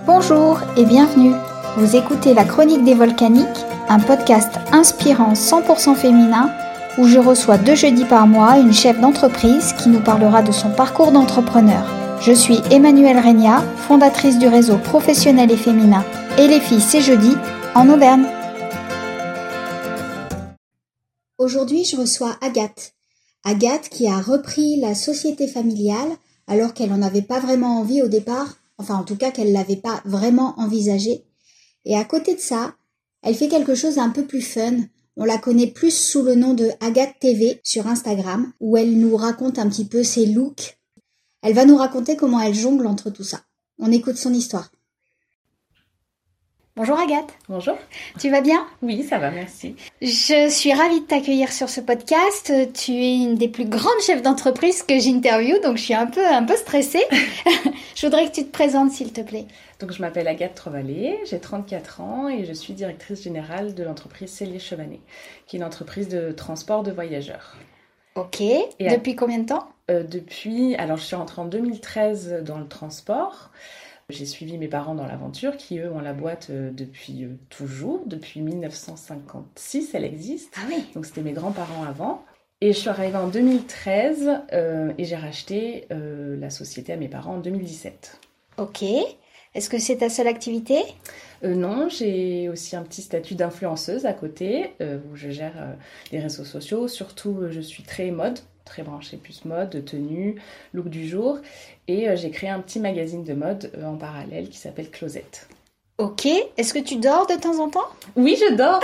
Bonjour et bienvenue. Vous écoutez La Chronique des Volcaniques, un podcast inspirant 100% féminin où je reçois 2 jeudis par mois une chef d'entreprise qui nous parlera de son parcours d'entrepreneur. Je suis Emmanuelle Regna, fondatrice du réseau professionnel et féminin Et les filles c'est jeudi en Auvergne. Aujourd'hui, je reçois Agathe. Agathe qui a repris la société familiale alors qu'elle n'en avait pas vraiment envie au départ. Enfin, en tout cas, qu'elle ne l'avait pas vraiment envisagé. Et à côté de ça, elle fait quelque chose d'un peu plus fun. On la connaît plus sous le nom de Agathe TV sur Instagram, où elle nous raconte un petit peu ses looks. Elle va nous raconter comment elle jongle entre tout ça. On écoute son histoire. Bonjour Agathe. Bonjour. Tu vas bien ? Oui, ça va, merci. Je suis ravie de t'accueillir sur ce podcast. Tu es une des plus grandes chefs d'entreprise que j'interviewe, donc je suis un peu stressée. Je voudrais que tu te présentes, s'il te plaît. Donc, je m'appelle Agathe Trevalet, j'ai 34 ans et je suis directrice générale de l'entreprise Cellier Chevanet, qui est une entreprise de transport de voyageurs. Ok. Depuis combien de temps ? Alors je suis rentrée en 2013 dans le transport. J'ai suivi mes parents dans l'aventure qui, eux, ont la boîte depuis toujours. Depuis 1956, elle existe. Ah oui. Donc, c'était mes grands-parents avant. Et je suis arrivée en 2013 et j'ai racheté la société à mes parents en 2017. Ok. Est-ce que c'est ta seule activité ? Non, j'ai aussi un petit statut d'influenceuse à côté où je gère les réseaux sociaux. Surtout, je suis très mode, très branchée plus mode, tenue, look du jour. Et j'ai créé un petit magazine de mode en parallèle qui s'appelle Closette. Ok. Est-ce que tu dors de temps en temps ? Oui, je dors.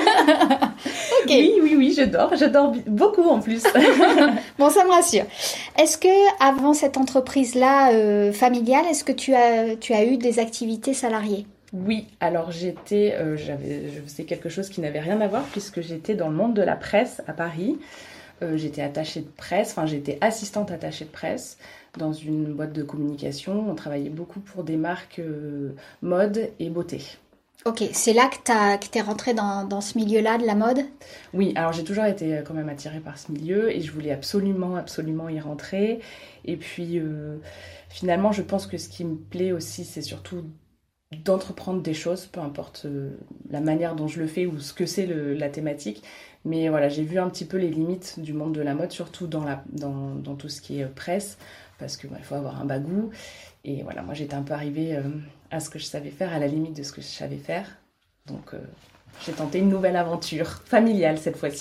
Ok. Oui, je dors. Je dors beaucoup en plus. Bon, ça me rassure. Est-ce que avant cette entreprise-là familiale, est-ce que tu as eu des activités salariées ? Oui, alors je faisais quelque chose qui n'avait rien à voir puisque j'étais dans le monde de la presse à Paris. J'étais attachée de presse, j'étais assistante attachée de presse dans une boîte de communication. On travaillait beaucoup pour des marques mode et beauté. Ok, c'est là que t'es rentrée dans ce milieu-là de la mode ? Oui, alors j'ai toujours été quand même attirée par ce milieu et je voulais absolument y rentrer. Et puis finalement, je pense que ce qui me plaît aussi, c'est surtout d'entreprendre des choses, peu importe la manière dont je le fais ou ce que c'est la thématique. Mais voilà, j'ai vu un petit peu les limites du monde de la mode, surtout dans tout ce qui est presse, parce qu'il faut avoir un bagou. Et voilà, moi j'étais un peu arrivée à ce que je savais faire, à la limite de ce que je savais faire. Donc j'ai tenté une nouvelle aventure, familiale cette fois-ci.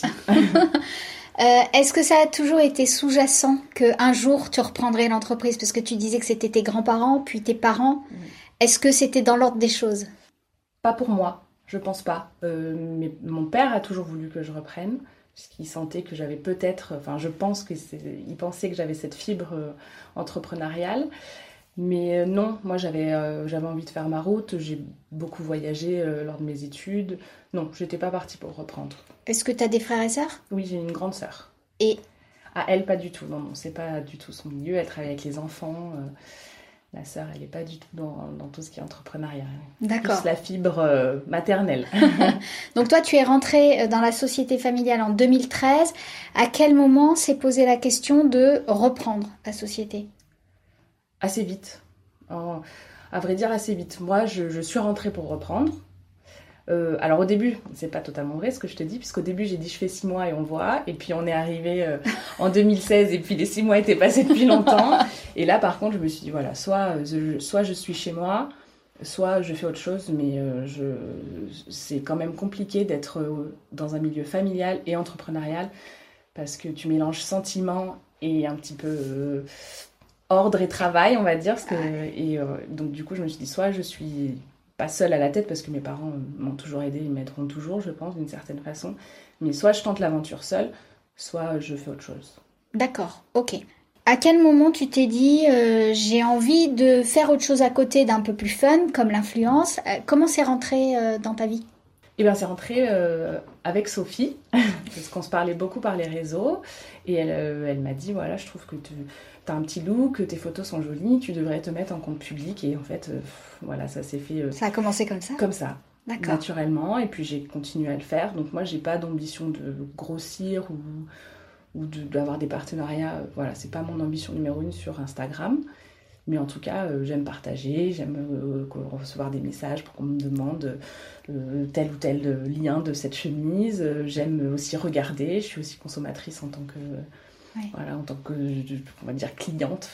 Est-ce que ça a toujours été sous-jacent qu'un jour tu reprendrais l'entreprise ? Parce que tu disais que c'était tes grands-parents, puis tes parents. Oui. Est-ce que c'était dans l'ordre des choses ? Pas pour moi, je pense pas. Mais mon père a toujours voulu que je reprenne, puisqu'il sentait que j'avais je pense qu'il pensait que j'avais cette fibre entrepreneuriale. Mais non, moi j'avais envie de faire ma route, j'ai beaucoup voyagé lors de mes études. Non, j'étais pas partie pour reprendre. Est-ce que tu as des frères et sœurs ? Oui, j'ai une grande sœur. Et ? Ah, elle, pas du tout. Non, c'est pas du tout son milieu. Elle travaille avec les enfants. La sœur, elle n'est pas du tout dans tout ce qui est entrepreneuriat. D'accord. Plus la fibre maternelle. Donc toi, tu es rentrée dans la société familiale en 2013. À quel moment s'est posée la question de reprendre la société ? Assez vite. À vrai dire, assez vite. Moi, je suis rentrée pour reprendre. Alors au début, c'est pas totalement vrai ce que je te dis, puisqu'au début j'ai dit je fais 6 mois et on voit, et puis on est arrivé en 2016 et puis les 6 mois étaient passés depuis longtemps. Et là par contre je me suis dit voilà, soit je suis chez moi, soit je fais autre chose, mais c'est quand même compliqué d'être dans un milieu familial et entrepreneurial, parce que tu mélanges sentiment et un petit peu ordre et travail, on va dire. Donc du coup je me suis dit soit je suis pas seule à la tête, parce que mes parents m'ont toujours aidée, ils m'aideront toujours, je pense, d'une certaine façon. Mais soit je tente l'aventure seule, soit je fais autre chose. D'accord, ok. À quel moment tu t'es dit j'ai envie de faire autre chose à côté d'un peu plus fun, comme l'influence ? Comment c'est rentré dans ta vie ? Eh bien, c'est rentré avec Sophie, parce qu'on se parlait beaucoup par les réseaux. Et elle m'a dit, voilà, je trouve que tu as un petit look, que tes photos sont jolies, tu devrais te mettre en compte public. Et en fait, voilà, ça s'est fait... ça a commencé comme ça ? Comme ça, d'accord. Naturellement. Et puis, j'ai continué à le faire. Donc, moi, j'ai pas d'ambition de grossir ou d'avoir des partenariats. Voilà, c'est pas mon ambition numéro 1 sur Instagram. Mais en tout cas, j'aime partager, j'aime recevoir des messages pour qu'on me demande tel ou tel lien de cette chemise. J'aime aussi regarder, je suis aussi consommatrice en tant que, voilà, en tant que, on va dire, cliente.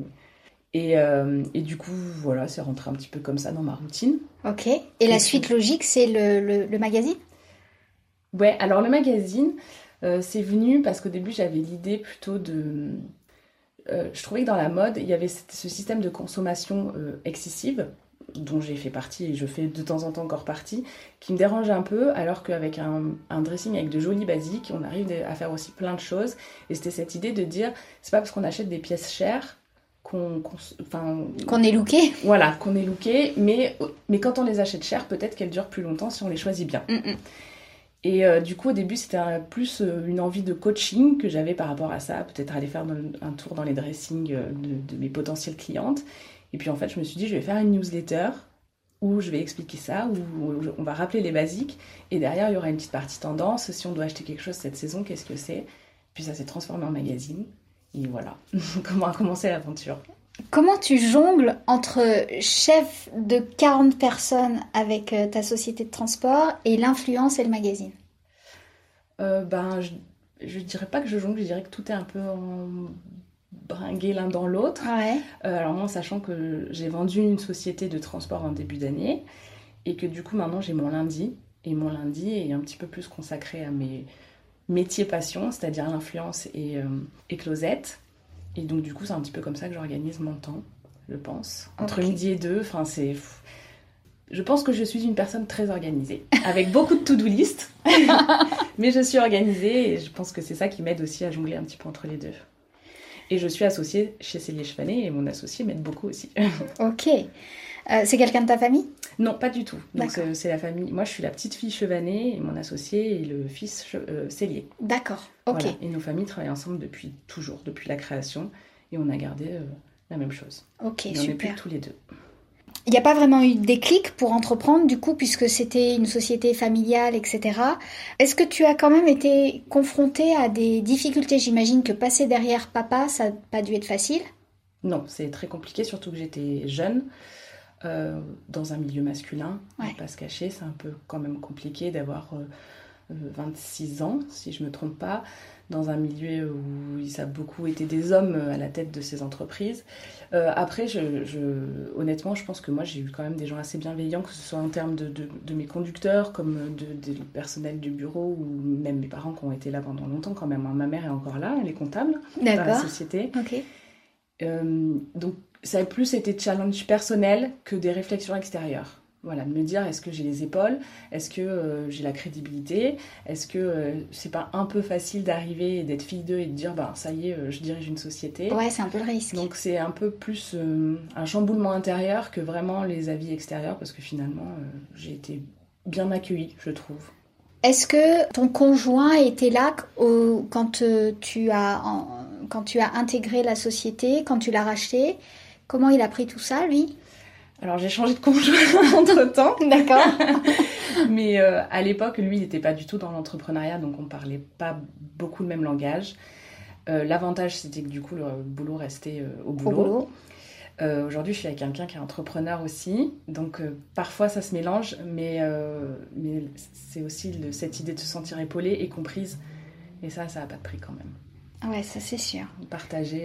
Et du coup, voilà, c'est rentré un petit peu comme ça dans ma routine. Ok. Et la suite logique, c'est le magazine? Ouais, alors le magazine, c'est venu parce qu'au début, j'avais l'idée plutôt de... je trouvais que dans la mode, il y avait ce système de consommation excessive, dont j'ai fait partie et je fais de temps en temps encore partie, qui me dérange un peu, alors qu'avec un dressing avec de jolis basiques, on arrive à faire aussi plein de choses. Et c'était cette idée de dire, c'est pas parce qu'on achète des pièces chères qu'on est looké. Voilà, qu'on est looké, mais quand on les achète chères, peut-être qu'elles durent plus longtemps si on les choisit bien. Et du coup, au début, c'était plus une envie de coaching que j'avais par rapport à ça, peut-être aller faire un tour dans les dressings de mes potentielles clientes. Et puis en fait, je me suis dit, je vais faire une newsletter où je vais expliquer ça, où on va rappeler les basiques. Et derrière, il y aura une petite partie tendance. Si on doit acheter quelque chose cette saison, qu'est-ce que c'est? Puis ça s'est transformé en magazine. Et voilà, comment a commencé l'aventure. Comment tu jongles entre chef de 40 personnes avec ta société de transport et l'influence et le magazine? Je dirais pas que je jongle, je dirais que tout est un peu bringué l'un dans l'autre. Ouais. Alors moi, sachant que j'ai vendu une société de transport en début d'année et que du coup maintenant j'ai mon lundi. Et mon lundi est un petit peu plus consacré à mes métiers passions, c'est-à-dire l'influence et Closette. Et donc, du coup, c'est un petit peu comme ça que j'organise mon temps, je pense. Entre midi et 2, je pense que je suis une personne très organisée, avec beaucoup de to-do list, mais je suis organisée et je pense que c'est ça qui m'aide aussi à jongler un petit peu entre les deux. Et je suis associée chez Cellier Chevanet et mon associé m'aide beaucoup aussi. Ok. C'est quelqu'un de ta famille? Non, pas du tout. Donc, c'est la famille. Moi, je suis la petite fille Chevanet et mon associé est le fils Cellier. D'accord, ok. Voilà. Et nos familles travaillent ensemble depuis toujours, depuis la création. Et on a gardé la même chose. Ok, et super. On est plus tous les deux. Il n'y a pas vraiment eu de déclic pour entreprendre, du coup, puisque c'était une société familiale, etc. Est-ce que tu as quand même été confrontée à des difficultés? J'imagine que passer derrière papa, ça n'a pas dû être facile. Non, c'est très compliqué, surtout que j'étais jeune. Dans un milieu masculin, on ne va pas se cacher, c'est un peu quand même compliqué d'avoir 26 ans, si je ne me trompe pas, dans un milieu où ça a beaucoup été des hommes à la tête de ces entreprises. Après, honnêtement, je pense que moi, j'ai eu quand même des gens assez bienveillants, que ce soit en termes de mes conducteurs, comme du personnel du bureau, ou même mes parents qui ont été là pendant longtemps quand même. Ma mère est encore là, elle est comptable dans la société. Okay. Donc, ça a plus été challenge personnel que des réflexions extérieures. Voilà, de me dire, est-ce que j'ai les épaules? Est-ce que j'ai la crédibilité? Est-ce que c'est pas un peu facile d'arriver et d'être fille d'eux et de dire, ça y est, je dirige une société? Ouais, c'est un peu le risque. Donc c'est un peu plus un chamboulement intérieur que vraiment les avis extérieurs, parce que finalement, j'ai été bien accueillie, je trouve. Est-ce que ton conjoint était là quand tu as intégré la société, quand tu l'as rachetée? Comment il a pris tout ça, lui? Alors, j'ai changé de conjoint entre-temps. D'accord. Mais à l'époque, lui, il n'était pas du tout dans l'entrepreneuriat, donc on ne parlait pas beaucoup le même langage. L'avantage, c'était que du coup, le boulot restait au boulot. Aujourd'hui, je suis avec quelqu'un qui est entrepreneur aussi. Donc, parfois, ça se mélange, mais c'est aussi cette idée de se sentir épaulée et comprise. Et ça n'a pas de prix quand même. Ouais, ça, c'est sûr. Partager...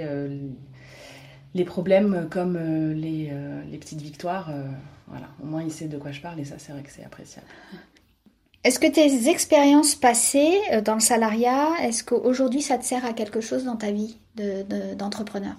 les problèmes comme les petites victoires, voilà. Au moins il sait de quoi je parle et ça c'est vrai que c'est appréciable. Est-ce que tes expériences passées dans le salariat, est-ce qu'aujourd'hui ça te sert à quelque chose dans ta vie d'entrepreneur?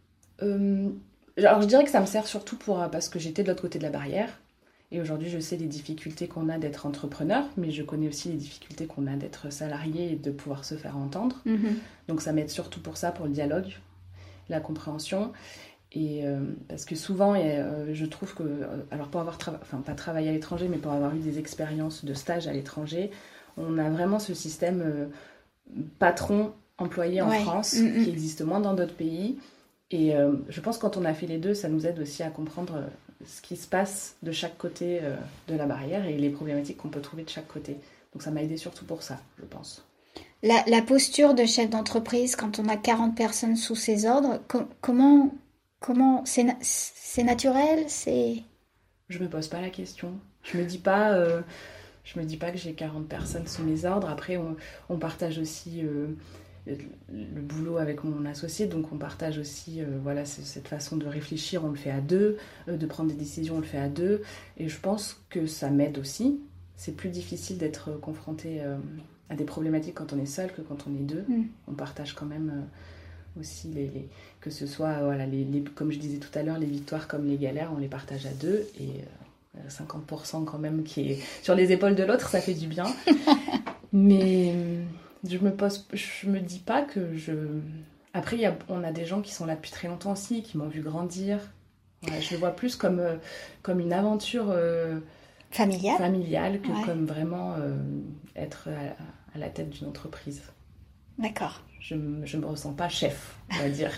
Alors je dirais que ça me sert surtout parce que j'étais de l'autre côté de la barrière et aujourd'hui je sais les difficultés qu'on a d'être entrepreneur, mais je connais aussi les difficultés qu'on a d'être salarié et de pouvoir se faire entendre. Donc ça m'aide surtout pour ça, pour le dialogue, la compréhension, et parce que souvent je trouve que alors pour avoir pas travaillé à l'étranger, mais pour avoir eu des expériences de stage à l'étranger, on a vraiment ce système patron employé en France qui existe moins dans d'autres pays, et je pense que quand on a fait les deux, ça nous aide aussi à comprendre ce qui se passe de chaque côté de la barrière et les problématiques qu'on peut trouver de chaque côté. Donc ça m'a aidé surtout pour ça, je pense. La posture de chef d'entreprise, quand on a 40 personnes sous ses ordres, comment Comment c'est naturel, c'est... Je me pose pas la question. Je me dis pas que j'ai 40 personnes sous mes ordres. Après, on partage aussi le boulot avec mon associé, donc on partage aussi voilà, cette façon de réfléchir, on le fait à deux, de prendre des décisions, on le fait à deux. Et je pense que ça m'aide aussi. C'est plus difficile d'être confronté à des problématiques quand on est seul que quand on est deux. On partage quand même aussi que ce soit, voilà, comme je disais tout à l'heure, les victoires comme les galères, on les partage à deux. Et 50% quand même qui est sur les épaules de l'autre, ça fait du bien. Mais je me dis pas que je... Après, on a des gens qui sont là depuis très longtemps aussi, qui m'ont vu grandir. Voilà, je le vois plus comme une aventure familiale que comme vraiment être à la tête d'une entreprise. D'accord. Je me ressens pas chef, on va dire.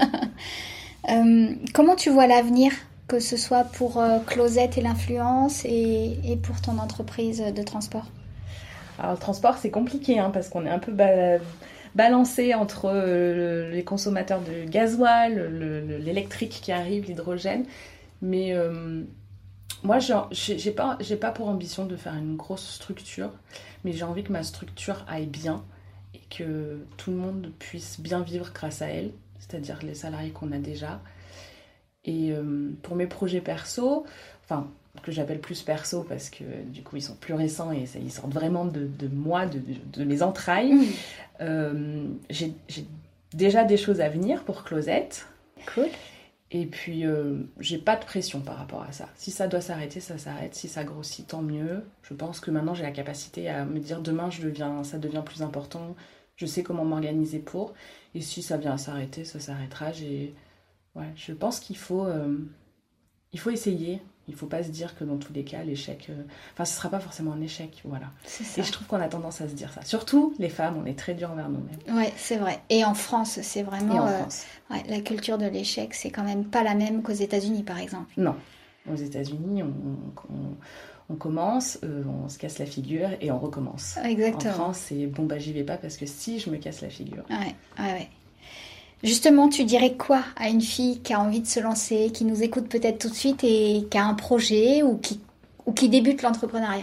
Comment tu vois l'avenir, que ce soit pour Closette et l'influence et pour ton entreprise de transport? Alors le transport c'est compliqué parce qu'on est un peu balancé entre les consommateurs de gasoil, l'électrique qui arrive, l'hydrogène. Mais moi j'ai pas pour ambition de faire une grosse structure, mais j'ai envie que ma structure aille bien et que tout le monde puisse bien vivre grâce à elle, c'est-à-dire les salariés qu'on a déjà. Et pour mes projets perso, enfin que j'appelle plus perso parce que du coup ils sont plus récents et ils sortent vraiment de moi, de mes entrailles. J'ai déjà des choses à venir pour Closette. Cool. Et puis j'ai pas de pression par rapport à ça. Si ça doit s'arrêter, ça s'arrête. Si ça grossit, tant mieux. Je pense que maintenant j'ai la capacité à me dire demain ça devient plus important. Je sais comment m'organiser pour. Et si ça vient à s'arrêter, ça s'arrêtera. Je pense qu'il faut essayer. Il ne faut pas se dire que dans tous les cas, l'échec... ce ne sera pas forcément un échec, voilà. C'est ça. Et je trouve qu'on a tendance à se dire ça. Surtout, les femmes, on est très dures envers nous-mêmes. Ouais, c'est vrai. Et en France, c'est vraiment... Et en France. La culture de l'échec, c'est quand même pas la même qu'aux États-Unis, par exemple. Non. Aux États-Unis, on commence, on se casse la figure et on recommence. Exactement. En France, c'est bon, j'y vais pas parce que si je me casse la figure. Ouais. Justement, tu dirais quoi à une fille qui a envie de se lancer, qui nous écoute peut-être tout de suite et qui a un projet ou qui débute l'entrepreneuriat?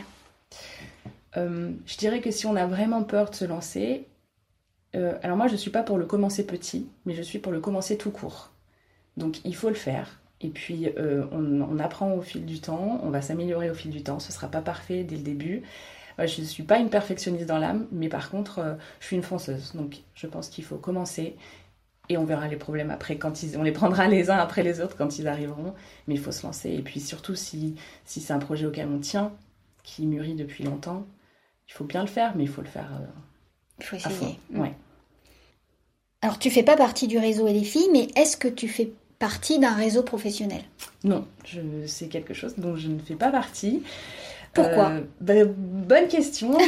Je dirais que si on a vraiment peur de se lancer, alors moi je ne suis pas pour le commencer petit, mais je suis pour le commencer tout court. Donc il faut le faire. Et puis on apprend au fil du temps, on va s'améliorer au fil du temps, ce ne sera pas parfait dès le début. Je ne suis pas une perfectionniste dans l'âme, mais par contre je suis une fonceuse. Donc je pense qu'il faut commencer. Et on verra les problèmes après, on les prendra les uns après les autres quand ils arriveront. Mais il faut se lancer. Et puis surtout, si c'est un projet auquel on tient, qui mûrit depuis longtemps, il faut bien le faire, mais il faut le faire il faut essayer. Ouais. Alors, tu fais pas partie du réseau et des filles, mais est-ce que tu fais partie d'un réseau professionnel? Non, c'est quelque chose dont je ne fais pas partie. Pourquoi? Bonne question.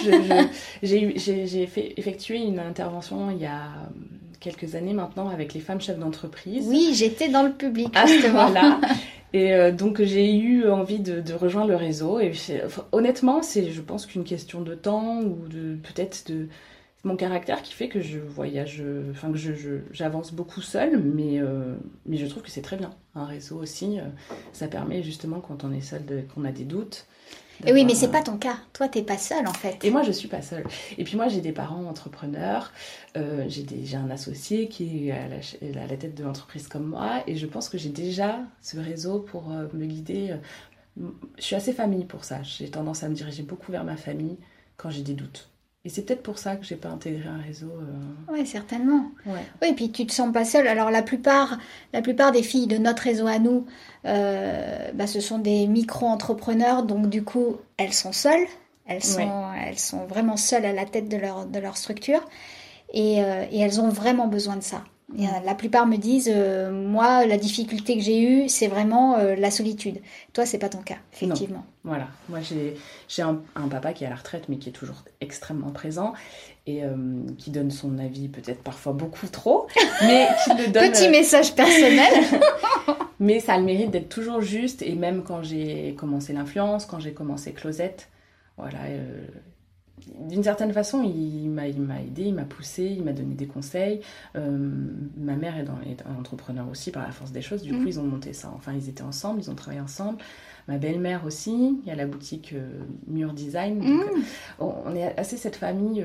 J'ai effectué une intervention il y a quelques années maintenant avec les femmes chefs d'entreprise. Oui, j'étais dans le public, justement. Voilà. Et donc j'ai eu envie de rejoindre le réseau. Et honnêtement, c'est, je pense, qu'une question de temps ou peut-être de mon caractère qui fait que je voyage, que j'avance beaucoup seule, mais je trouve que c'est très bien. Un réseau aussi, ça permet justement quand on est seul, qu'on a des doutes. Et oui, mais c'est pas ton cas. Toi, t'es pas seule en fait. Et moi, je suis pas seule. Et puis moi, j'ai des parents entrepreneurs. J'ai un associé qui est à la tête de l'entreprise comme moi. Et je pense que j'ai déjà ce réseau pour me guider. Je suis assez famille pour ça. J'ai tendance à me diriger beaucoup vers ma famille quand j'ai des doutes. Et c'est peut-être pour ça que j'ai pas intégré un réseau. Oui, certainement. Ouais. Oui, et puis tu te sens pas seule. Alors la plupart des filles de notre réseau à nous, ce sont des micro-entrepreneurs, donc du coup, elles sont seules. Elles sont vraiment seules à la tête de leur structure. Et elles ont vraiment besoin de ça. Et, la plupart me disent, moi, la difficulté que j'ai eue, c'est vraiment la solitude. Toi, c'est pas ton cas, effectivement. Non. Voilà. Moi, j'ai un papa qui est à la retraite, mais qui est toujours extrêmement présent et qui donne son avis peut-être parfois beaucoup trop, mais qui le donne... Petit message personnel. Mais ça a le mérite d'être toujours juste. Et même quand j'ai commencé l'influence, quand j'ai commencé Closette, voilà... d'une certaine façon, il m'a aidé, il m'a poussé, il m'a donné des conseils. Ma mère est un entrepreneur aussi par la force des choses. Du coup, ils ont monté ça. Enfin, ils étaient ensemble, ils ont travaillé ensemble. Ma belle-mère aussi, il y a la boutique Mur Design. Donc, on est assez cette famille.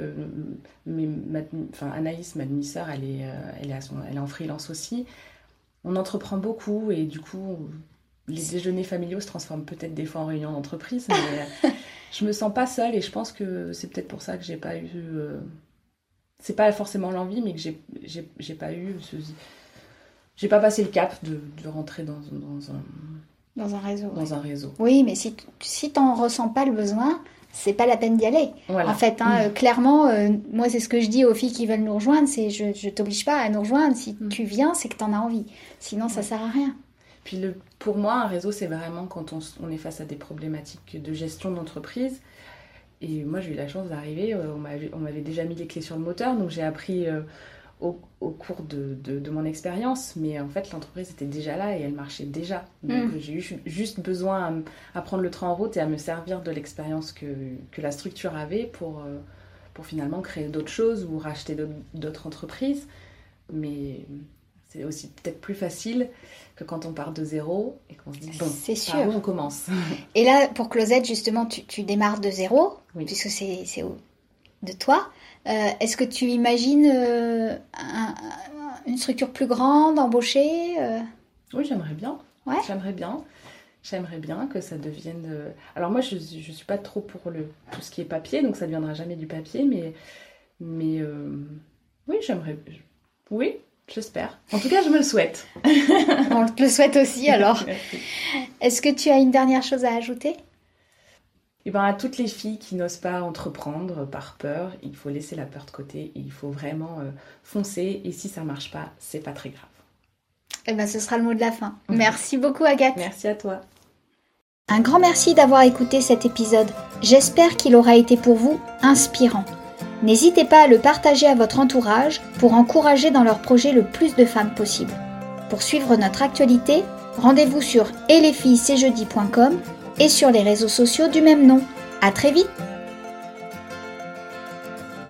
Anaïs, ma demi-sœur, elle est en freelance aussi. On entreprend beaucoup et du coup, les déjeuners familiaux se transforment peut-être des fois en réunions d'entreprise. Mais je me sens pas seule et je pense que c'est peut-être pour ça que j'ai pas eu... c'est pas forcément l'envie, mais que j'ai pas eu... J'ai pas passé le cap de rentrer dans un réseau. Dans un réseau. Oui, mais si t'en ressens pas le besoin, c'est pas la peine d'y aller. Voilà. En fait, clairement, moi c'est ce que je dis aux filles qui veulent nous rejoindre, c'est je t'oblige pas à nous rejoindre. Si tu viens, c'est que t'en as envie. Sinon, ça sert à rien. Puis pour moi, un réseau, c'est vraiment quand on est face à des problématiques de gestion d'entreprise. Et moi, j'ai eu la chance d'arriver, on m'avait déjà mis les clés sur le moteur, donc j'ai appris au cours de mon expérience, mais en fait l'entreprise était déjà là et elle marchait déjà. Donc j'ai eu juste besoin à prendre le train en route et à me servir de l'expérience que la structure avait pour finalement créer d'autres choses ou racheter d'autres entreprises. Mais c'est aussi peut-être plus facile que quand on part de zéro et qu'on se dit bon, c'est sûr. Par où on commence. Et là, pour Closette, justement, tu démarres de zéro, oui. Puisque c'est de toi. Est-ce que tu imagines une structure plus grande, embauchée Oui, j'aimerais bien. Ouais. J'aimerais bien que ça devienne... Alors moi, je suis pas trop pour tout ce qui est papier, donc ça ne deviendra jamais du papier, mais oui, j'aimerais... Oui, j'espère. En tout cas, je me le souhaite. On te le souhaite aussi, alors. Est-ce que tu as une dernière chose à ajouter ? Et à toutes les filles qui n'osent pas entreprendre par peur, il faut laisser la peur de côté et il faut vraiment foncer. Et si ça ne marche pas, c'est pas très grave. Ce sera le mot de la fin. Merci beaucoup, Agathe. Merci à toi. Un grand merci d'avoir écouté cet épisode. J'espère qu'il aura été pour vous inspirant. N'hésitez pas à le partager à votre entourage pour encourager dans leur projet le plus de femmes possible. Pour suivre notre actualité, rendez-vous sur etlesfillescestjeudi.com et sur les réseaux sociaux du même nom. À très vite!